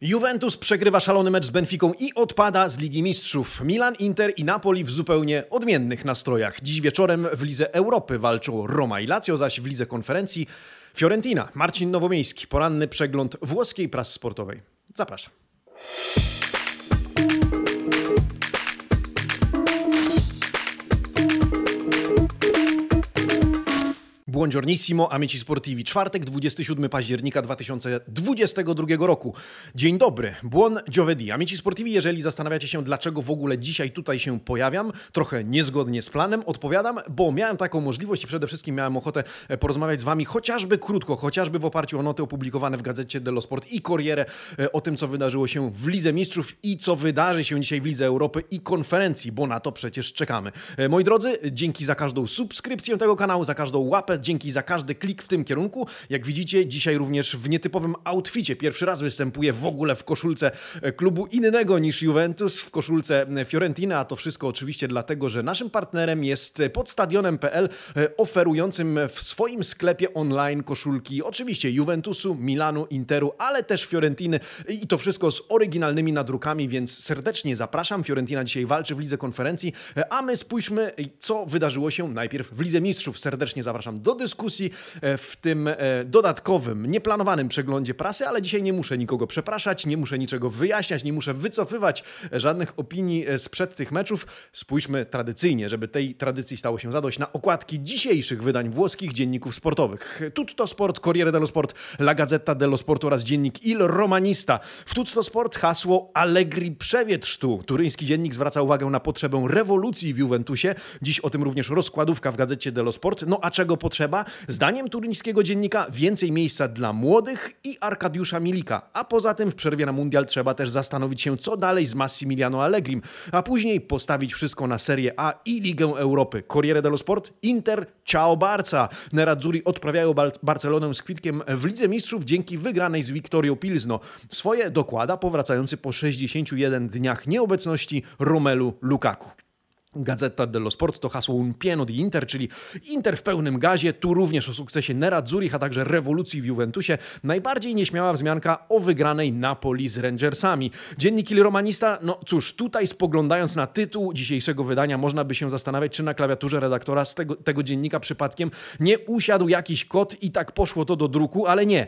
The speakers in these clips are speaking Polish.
Juventus przegrywa szalony mecz z Benficą i odpada z Ligi Mistrzów. Milan, Inter i Napoli w zupełnie odmiennych nastrojach. Dziś wieczorem w Lidze Europy walczą Roma i Lazio, zaś w Lidze Konferencji Fiorentina. Marcin Nowomiejski, poranny przegląd włoskiej prasy sportowej. Zapraszam. Buongiornissimo, amici sportivi. Czwartek, 27 października 2022 roku. Dzień dobry, buon giovedì. Amici sportivi, jeżeli zastanawiacie się, dlaczego w ogóle dzisiaj tutaj się pojawiam, trochę niezgodnie z planem, odpowiadam, bo miałem taką możliwość i przede wszystkim miałem ochotę porozmawiać z wami chociażby krótko, chociażby w oparciu o noty opublikowane w gazecie dello Sport i Corriere o tym, co wydarzyło się w Lidze Mistrzów i co wydarzy się dzisiaj w Lidze Europy i Konferencji, bo na to przecież czekamy. Moi drodzy, dzięki za każdą subskrypcję tego kanału, za każdą łapę, dzięki za każdy klik w tym kierunku. Jak widzicie, dzisiaj również w nietypowym outficie. Pierwszy raz występuję w ogóle w koszulce klubu innego niż Juventus, w koszulce Fiorentina, a to wszystko oczywiście dlatego, że naszym partnerem jest podstadionem.pl, oferującym w swoim sklepie online koszulki oczywiście Juventusu, Milanu, Interu, ale też Fiorentiny i to wszystko z oryginalnymi nadrukami, więc serdecznie zapraszam. Fiorentina dzisiaj walczy w Lidze Konferencji, a my spójrzmy, co wydarzyło się najpierw w Lidze Mistrzów. Serdecznie zapraszam do dyskusji w tym dodatkowym, nieplanowanym przeglądzie prasy, ale dzisiaj nie muszę nikogo przepraszać, nie muszę niczego wyjaśniać, nie muszę wycofywać żadnych opinii sprzed tych meczów. Spójrzmy tradycyjnie, żeby tej tradycji stało się zadość, na okładki dzisiejszych wydań włoskich dzienników sportowych. Tutto Sport, Corriere dello Sport, La Gazzetta dello Sport oraz dziennik Il Romanista. W Tutto Sport hasło Allegri przewietrz tu. Turyński dziennik zwraca uwagę na potrzebę rewolucji w Juventusie. Dziś o tym również rozkładówka w Gazecie dello Sport. No a czego potrzeba? Zdaniem turyńskiego dziennika więcej miejsca dla młodych i Arkadiusza Milika. A poza tym w przerwie na mundial trzeba też zastanowić się, co dalej z Massimiliano Allegrim, a później postawić wszystko na Serie A i Ligę Europy. Corriere dello Sport, Inter, ciao Barca. Nerazzurri odprawiają Barcelonę z kwitkiem w Lidze Mistrzów dzięki wygranej z Wiktorią Pilzno. Swoje dokłada powracający po 61 dniach nieobecności Romelu Lukaku. Gazzetta dello Sport to hasło Un pieno di Inter, czyli Inter w pełnym gazie. Tu również o sukcesie Nerazzurich, a także rewolucji w Juventusie. Najbardziej nieśmiała wzmianka o wygranej Napoli z Rangersami. Dziennik Il Romanista, no cóż, tutaj spoglądając na tytuł dzisiejszego wydania, można by się zastanawiać, czy na klawiaturze redaktora z tego dziennika przypadkiem nie usiadł jakiś kod i tak poszło to do druku, ale nie.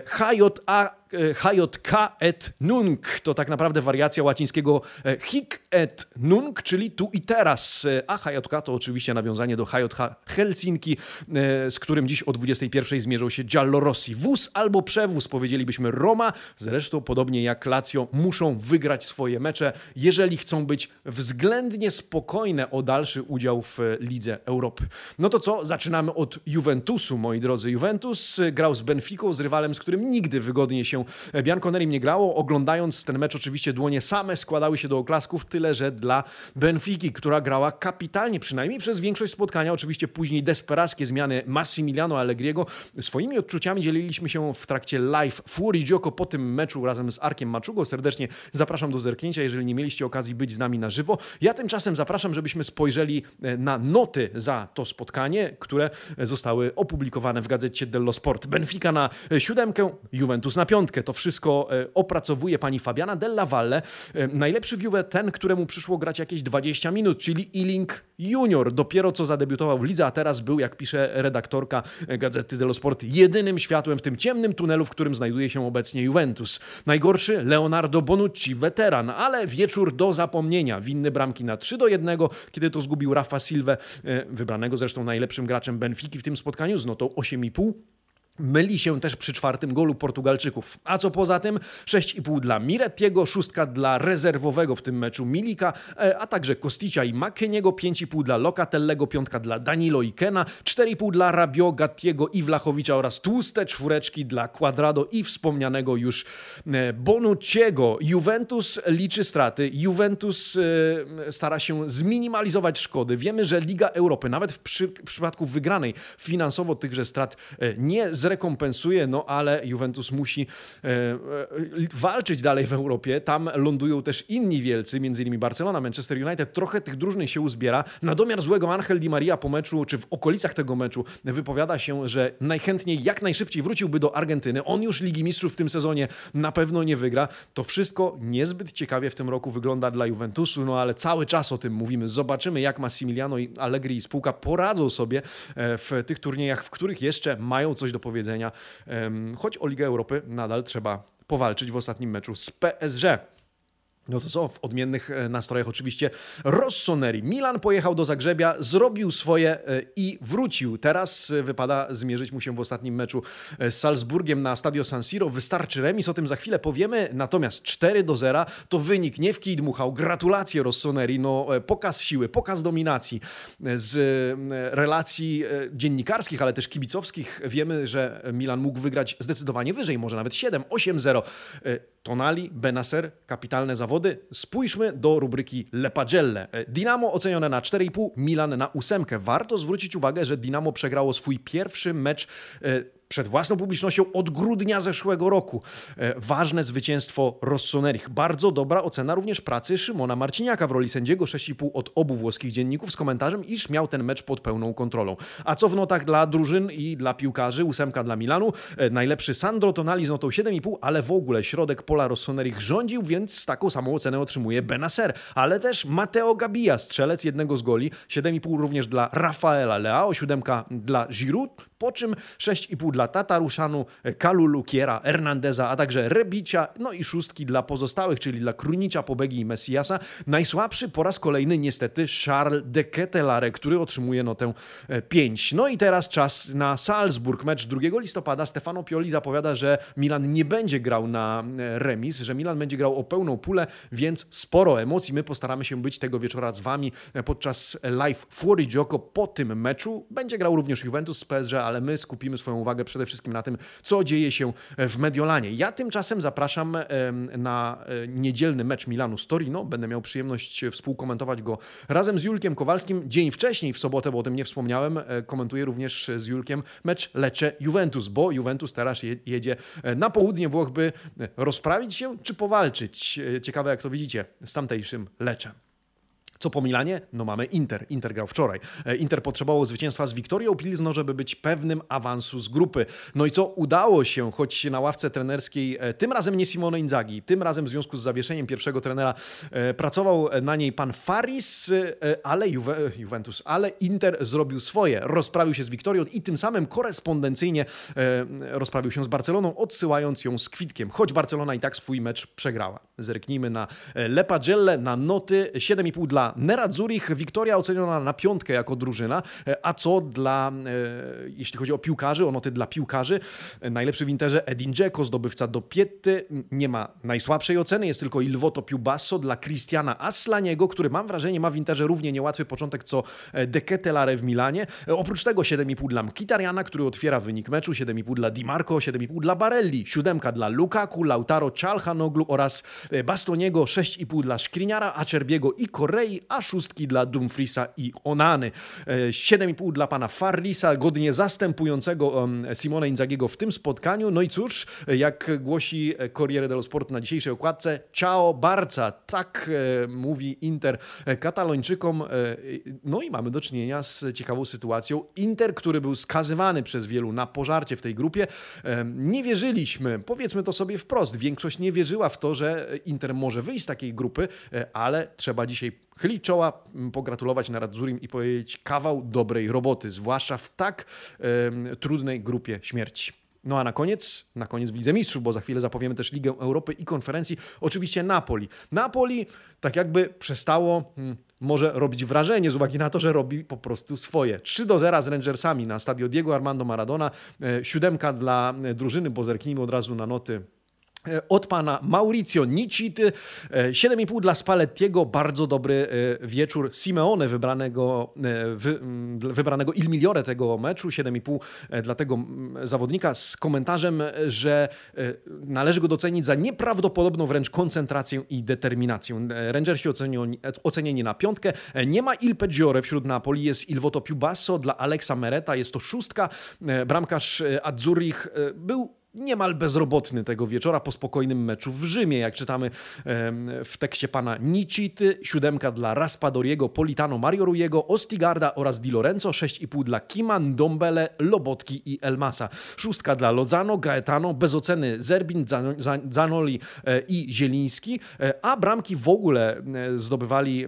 HJK et nunc to tak naprawdę wariacja łacińskiego hic et nunc, czyli tu i teraz. A HJK to oczywiście nawiązanie do HJK Helsinki, z którym dziś o 21:00 zmierzą się Giallorossi. Wóz albo przewóz, powiedzielibyśmy Roma. Zresztą podobnie jak Lazio muszą wygrać swoje mecze, jeżeli chcą być względnie spokojne o dalszy udział w Lidze Europy. No to co? Zaczynamy od Juventusu, moi drodzy. Juventus grał z Benficą, z rywalem, z którym nigdy wygodnie się Bianconerim nie grało. Oglądając ten mecz oczywiście dłonie same składały się do oklasków, tyle że dla Benfiki, która grała kapitalnie, przynajmniej przez większość spotkania. Oczywiście później desperackie zmiany Massimiliano Allegriego. Swoimi odczuciami dzieliliśmy się w trakcie live Fuori Gioco po tym meczu razem z Arkiem Maczugą. Serdecznie zapraszam do zerknięcia, jeżeli nie mieliście okazji być z nami na żywo. Ja tymczasem zapraszam, żebyśmy spojrzeli na noty za to spotkanie, które zostały opublikowane w Gazecie dello Sport. Benfica na 7, Juventus na 5. To wszystko opracowuje pani Fabiana Della Valle. Najlepszy w Juve ten, któremu przyszło grać jakieś 20 minut, czyli Ealing Junior. Dopiero co zadebiutował w lidze, a teraz był, jak pisze redaktorka Gazety dello Sport, jedynym światłem w tym ciemnym tunelu, w którym znajduje się obecnie Juventus. Najgorszy Leonardo Bonucci, weteran, ale wieczór do zapomnienia. Winny bramki na 3-1, kiedy to zgubił Rafa Silvę, wybranego zresztą najlepszym graczem Benfiki w tym spotkaniu z notą 8,5. Myli się też przy 4. golu Portugalczyków. A co poza tym? 6,5 dla Mirettiego, 6 dla rezerwowego w tym meczu Milika, a także Kosticia i Makeniego, 5,5 dla Locatellego, 5 dla Danilo i Kena, 4,5 dla Rabiot, Gattiego i Vlachowicza oraz tłuste 4 dla Quadrado i wspomnianego już Bonucciego. Juventus liczy straty. Juventus stara się zminimalizować szkody. Wiemy, że Liga Europy, nawet w przypadku wygranej finansowo tychże strat nie zrealizuje zrekompensuje, no ale Juventus musi walczyć dalej w Europie. Tam lądują też inni wielcy, m.in. Barcelona, Manchester United. Trochę tych drużyn się uzbiera. Na domiar złego Angel Di Maria po meczu, czy w okolicach tego meczu wypowiada się, że najchętniej, jak najszybciej wróciłby do Argentyny. On już Ligi Mistrzów w tym sezonie na pewno nie wygra. To wszystko niezbyt ciekawie w tym roku wygląda dla Juventusu, no ale cały czas o tym mówimy. Zobaczymy, jak Massimiliano Allegri i spółka poradzą sobie w tych turniejach, w których jeszcze mają coś do powiedzenia. Choć o Ligę Europy nadal trzeba powalczyć w ostatnim meczu z PSG. No to co? W odmiennych nastrojach oczywiście Rossoneri. Milan pojechał do Zagrzebia, zrobił swoje i wrócił. Teraz wypada zmierzyć mu się w ostatnim meczu z Salzburgiem na Stadio San Siro. Wystarczy remis, o tym za chwilę powiemy. Natomiast 4-0 to wynik nie w kij dmuchał. Gratulacje Rossoneri. No, pokaz siły, pokaz dominacji. Z relacji dziennikarskich, ale też kibicowskich wiemy, że Milan mógł wygrać zdecydowanie wyżej, może nawet 7-8-0. Tonali, Benacer, kapitalne zawody. Spójrzmy do rubryki Le Pagelle. Dinamo ocenione na 4,5, Milan na 8. Warto zwrócić uwagę, że Dinamo przegrało swój pierwszy mecz przed własną publicznością od grudnia zeszłego roku. Ważne zwycięstwo Rossonerich. Bardzo dobra ocena również pracy Szymona Marciniaka w roli sędziego. 6,5 od obu włoskich dzienników z komentarzem, iż miał ten mecz pod pełną kontrolą. A co w notach dla drużyn i dla piłkarzy? 8 dla Milanu. Najlepszy Sandro Tonali z notą 7,5, ale w ogóle środek pola Rossonerich rządził, więc taką samą ocenę otrzymuje Benacer. Ale też Matteo Gabbia, strzelec jednego z goli. 7,5 również dla Rafaela Leao, 7 dla Giroud, po czym 6,5 dla Tataruszanu, Kalulu, Kiera, Hernandeza, a także Rebicia, no i 6 dla pozostałych, czyli dla Krunicia, Pobegi i Messiasa. Najsłabszy po raz kolejny niestety Charles de Ketelaere, który otrzymuje notę 5. No i teraz czas na Salzburg. Mecz 2 listopada. Stefano Pioli zapowiada, że Milan nie będzie grał na remis, że Milan będzie grał o pełną pulę, więc sporo emocji. My postaramy się być tego wieczora z wami podczas live Fuori Gioco po tym meczu. Będzie grał również Juventus z PSG, ale my skupimy swoją uwagę przede wszystkim na tym, co dzieje się w Mediolanie. Ja tymczasem zapraszam na niedzielny mecz Milanu z Torino. Będę miał przyjemność współkomentować go razem z Julkiem Kowalskim. Dzień wcześniej, w sobotę, bo o tym nie wspomniałem, komentuję również z Julkiem mecz Lecce-Juventus, bo Juventus teraz jedzie na południe Włoch, by rozprawić się czy powalczyć. Ciekawe, jak to widzicie, z tamtejszym Lecce. Co po Milanie? No mamy Inter. Inter grał wczoraj. Inter potrzebował zwycięstwa z Wiktorią Pilzno, żeby być pewnym awansu z grupy. No i co? Udało się, choć na ławce trenerskiej, tym razem nie Simone Inzaghi, tym razem w związku z zawieszeniem pierwszego trenera pracował na niej pan Faris, ale Juventus, ale Inter zrobił swoje. Rozprawił się z Wiktorią i tym samym korespondencyjnie rozprawił się z Barceloną, odsyłając ją z kwitkiem, choć Barcelona i tak swój mecz przegrała. Zerknijmy na Le Pagelle, na noty. 7,5 dla Nerazzurich, Wiktoria oceniona na 5 jako drużyna, a co dla, jeśli chodzi o piłkarzy, o noty dla piłkarzy, najlepszy w Interze Edin Dzeko, zdobywca dopiety, nie ma najsłabszej oceny, jest tylko Il Voto più basso dla Cristiana Aslaniego, który mam wrażenie ma w Interze równie niełatwy początek co De Ketelaere w Milanie. Oprócz tego 7,5 dla Mkhitarjana, który otwiera wynik meczu, 7,5 dla Di Marco, 7,5 dla Barelli, 7 dla Lukaku, Lautaro, Çalhanoğlu oraz Bastoniego, 6,5 dla Skriniara, Acerbiego i Correi, a 6 dla Dumfriesa i Onany. 7,5 dla pana Farrisa, godnie zastępującego Simone Inzaghiego w tym spotkaniu. No i cóż, jak głosi Corriere dello Sport na dzisiejszej okładce, ciao Barca, tak mówi Inter Katalończykom. No i mamy do czynienia z ciekawą sytuacją. Inter, który był skazywany przez wielu na pożarcie w tej grupie, nie wierzyliśmy, powiedzmy to sobie wprost, większość nie wierzyła w to, że Inter może wyjść z takiej grupy, ale trzeba dzisiaj chylić czoła, pogratulować Neradzurim i powiedzieć kawał dobrej roboty, zwłaszcza w tak trudnej grupie śmierci. No a na koniec w Lidze Mistrzów, bo za chwilę zapowiemy też Ligę Europy i konferencji, oczywiście Napoli. Napoli tak jakby przestało może robić wrażenie z uwagi na to, że robi po prostu swoje. 3-0 z Rangersami na stadio Diego Armando Maradona, 7 dla drużyny, bo zerknijmy od razu na noty od pana Mauricio Nicity, 7,5 dla Spallettiego, bardzo dobry wieczór Simeone, wybranego Il Migliore tego meczu, 7,5 dla tego zawodnika z komentarzem, że należy go docenić za nieprawdopodobną wręcz koncentrację i determinację. Rangersi ocenieni na 5. Nie ma Il Peggiore wśród Napoli, jest Il Voto Più Basso dla Alexa Mereta, jest to 6. Bramkarz Azzurrich był niemal bezrobotny tego wieczora po spokojnym meczu w Rzymie, jak czytamy w tekście pana Nicity. 7 dla Raspadoriego, Politano, Mario Ruiego, Ostigarda oraz Di Lorenzo. 6,5 dla Kima, Ndombele, Lobotki i Elmasa. 6 dla Lozano, Gaetano, bez oceny Zerbin, Zanoli i Zieliński. A bramki w ogóle zdobywali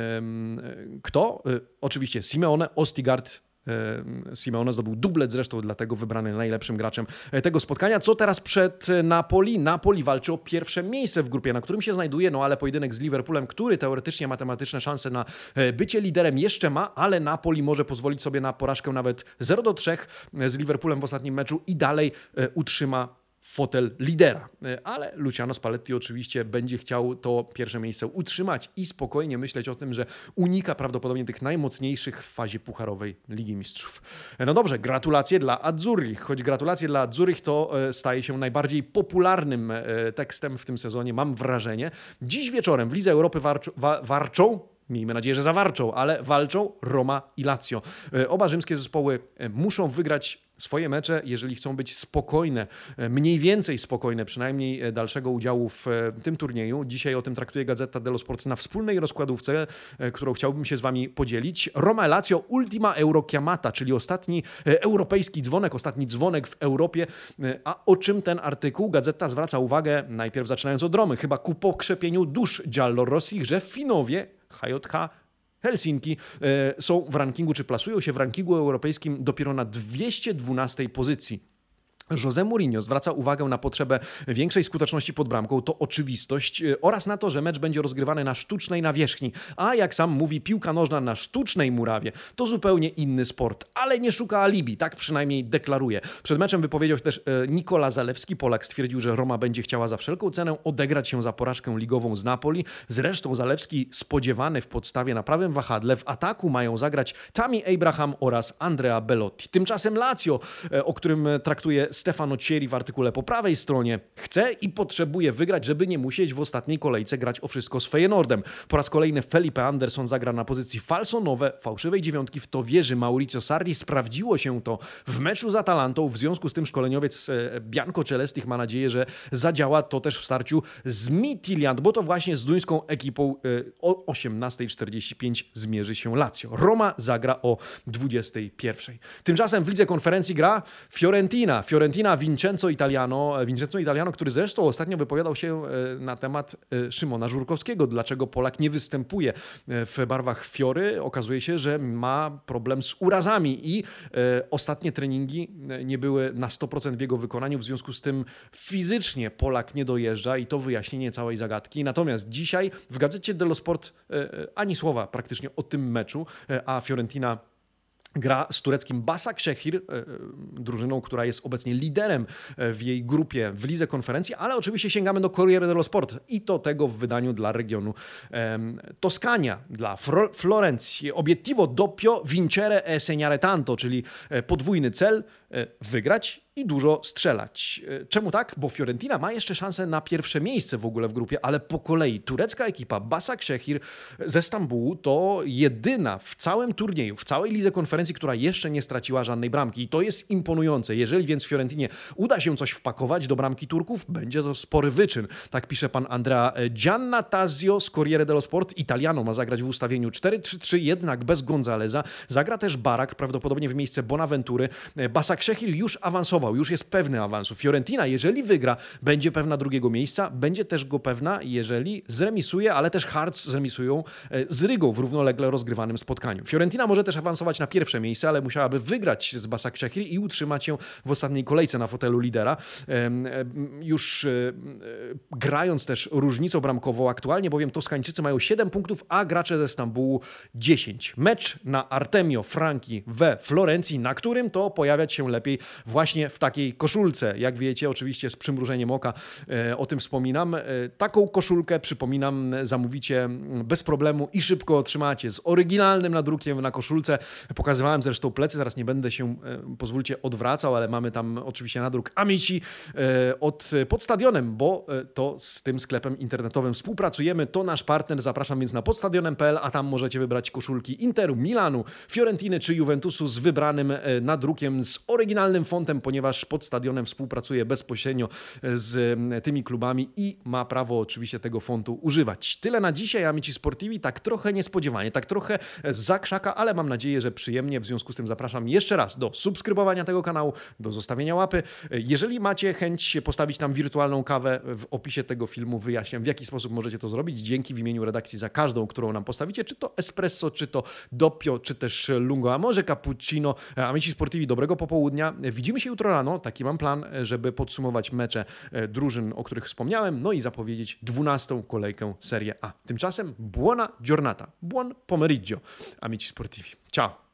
kto? Oczywiście Simeone, Ostigard. Simeone zdobył dublet, zresztą dlatego wybrany najlepszym graczem tego spotkania. Co teraz przed Napoli? Napoli walczy o pierwsze miejsce w grupie, na którym się znajduje, no ale pojedynek z Liverpoolem, który teoretycznie matematyczne szanse na bycie liderem jeszcze ma, ale Napoli może pozwolić sobie na porażkę nawet 0-3 z Liverpoolem w ostatnim meczu i dalej utrzyma fotel lidera. Ale Luciano Spalletti oczywiście będzie chciał to pierwsze miejsce utrzymać i spokojnie myśleć o tym, że unika prawdopodobnie tych najmocniejszych w fazie pucharowej Ligi Mistrzów. No dobrze, gratulacje dla Azzurrich. Choć gratulacje dla Azzurrich to staje się najbardziej popularnym tekstem w tym sezonie, mam wrażenie. Dziś wieczorem w Lidze Europy warczą, miejmy nadzieję, że zawarczą, ale walczą Roma i Lazio. Oba rzymskie zespoły muszą wygrać swoje mecze, jeżeli chcą być spokojne, mniej więcej spokojne, przynajmniej dalszego udziału w tym turnieju. Dzisiaj o tym traktuje Gazzetta dello Sport na wspólnej rozkładówce, którą chciałbym się z wami podzielić. Roma Lazio Ultima Eurochiamata, czyli ostatni europejski dzwonek, ostatni dzwonek w Europie. A o czym ten artykuł? Gazeta zwraca uwagę, najpierw zaczynając od Romy, chyba ku pokrzepieniu dusz giallorossich, że Finowie, HJH, Helsinki są w rankingu, czy plasują się w rankingu europejskim dopiero na 212 pozycji. José Mourinho zwraca uwagę na potrzebę większej skuteczności pod bramką, to oczywistość, oraz na to, że mecz będzie rozgrywany na sztucznej nawierzchni, a jak sam mówi, piłka nożna na sztucznej murawie to zupełnie inny sport, ale nie szuka alibi, tak przynajmniej deklaruje. Przed meczem wypowiedział się też Nikola Zalewski. Polak stwierdził, że Roma będzie chciała za wszelką cenę odegrać się za porażkę ligową z Napoli. Zresztą Zalewski spodziewany w podstawie na prawym wahadle, w ataku mają zagrać Tammy Abraham oraz Andrea Belotti. Tymczasem Lazio, o którym traktuje Stefano Cieri w artykule po prawej stronie, chce i potrzebuje wygrać, żeby nie musieć w ostatniej kolejce grać o wszystko z Feyenoordem. Po raz kolejny Felipe Anderson zagra na pozycji falsonowe, fałszywej dziewiątki, w to wierzy Maurizio Sarri. Sprawdziło się to w meczu z Atalantą, w związku z tym szkoleniowiec Bianco Celestich ma nadzieję, że zadziała to też w starciu z Midtjylland, bo to właśnie z duńską ekipą o 18:45 zmierzy się Lazio. Roma zagra o 21:00. Tymczasem w Lidze Konferencji gra Fiorentina Vincenzo Italiano, który zresztą ostatnio wypowiadał się na temat Szymona Żurkowskiego. Dlaczego Polak nie występuje w barwach Fiory? Okazuje się, że ma problem z urazami i ostatnie treningi nie były na 100% w jego wykonaniu, w związku z tym fizycznie Polak nie dojeżdża i to wyjaśnienie całej zagadki. Natomiast dzisiaj w Gazecie dello Sport ani słowa praktycznie o tym meczu, a Fiorentina gra z tureckim Başakşehir, drużyną, która jest obecnie liderem w jej grupie w Lidze Konferencji, ale oczywiście sięgamy do Corriere dello Sport i to tego w wydaniu dla regionu Toskania, dla Florencji. Obiettivo doppio vincere e segnare tanto, czyli podwójny cel, wygrać i dużo strzelać. Czemu tak? Bo Fiorentina ma jeszcze szansę na pierwsze miejsce w ogóle w grupie, ale po kolei turecka ekipa Başakşehir ze Stambułu to jedyna w całym turnieju, w całej Lidze Konferencji, która jeszcze nie straciła żadnej bramki. I to jest imponujące. Jeżeli więc Fiorentinie uda się coś wpakować do bramki Turków, będzie to spory wyczyn. Tak pisze pan Andrea Giannattasio z Corriere dello Sport. Italiano ma zagrać w ustawieniu 4-3-3, jednak bez Gonzaleza. Zagra też Barak, prawdopodobnie w miejsce Bonaventury. Başakşehir już awansował, już jest pewny awansu. Fiorentina, jeżeli wygra, będzie pewna drugiego miejsca, będzie też go pewna, jeżeli zremisuje, ale też Hearts zremisują z Rygą w równolegle rozgrywanym spotkaniu. Fiorentina może też awansować na pierwsze miejsce, ale musiałaby wygrać z Başakşehir i utrzymać się w ostatniej kolejce na fotelu lidera. Już grając też różnicą bramkową aktualnie, bowiem Toskańczycy mają 7 punktów, a gracze ze Stambułu 10. Mecz na Artemio Franchi we Florencji, na którym to pojawiać się lepiej właśnie w takiej koszulce. Jak wiecie, oczywiście z przymrużeniem oka o tym wspominam. Taką koszulkę, przypominam, zamówicie bez problemu i szybko otrzymacie z oryginalnym nadrukiem na koszulce. Pokazywałem zresztą plecy, teraz nie będę się, pozwólcie, odwracał, ale mamy tam oczywiście nadruk Amici pod Stadionem, bo to z tym sklepem internetowym współpracujemy. To nasz partner, zapraszam więc na podstadionem.pl, a tam możecie wybrać koszulki Interu, Milanu, Fiorentiny czy Juventusu z wybranym nadrukiem, z oryginalnym fontem, ponieważ pod Stadionem współpracuje bezpośrednio z tymi klubami i ma prawo oczywiście tego fontu używać. Tyle na dzisiaj, Amici Sportivi, tak trochę niespodziewanie, tak trochę za krzaka, ale mam nadzieję, że przyjemnie. W związku z tym zapraszam jeszcze raz do subskrybowania tego kanału, do zostawienia łapy. Jeżeli macie chęć postawić tam wirtualną kawę, w opisie tego filmu wyjaśniam, w jaki sposób możecie to zrobić. Dzięki w imieniu redakcji za każdą, którą nam postawicie, czy to espresso, czy to doppio, czy też lungo, a może cappuccino. Amici Sportivi, dobrego popołudnia. Widzimy się jutro rano, taki mam plan, żeby podsumować mecze drużyn, o których wspomniałem, no i zapowiedzieć 12. kolejkę Serie A. Tymczasem buona giornata, buon pomeriggio, Amici Sportivi. Ciao!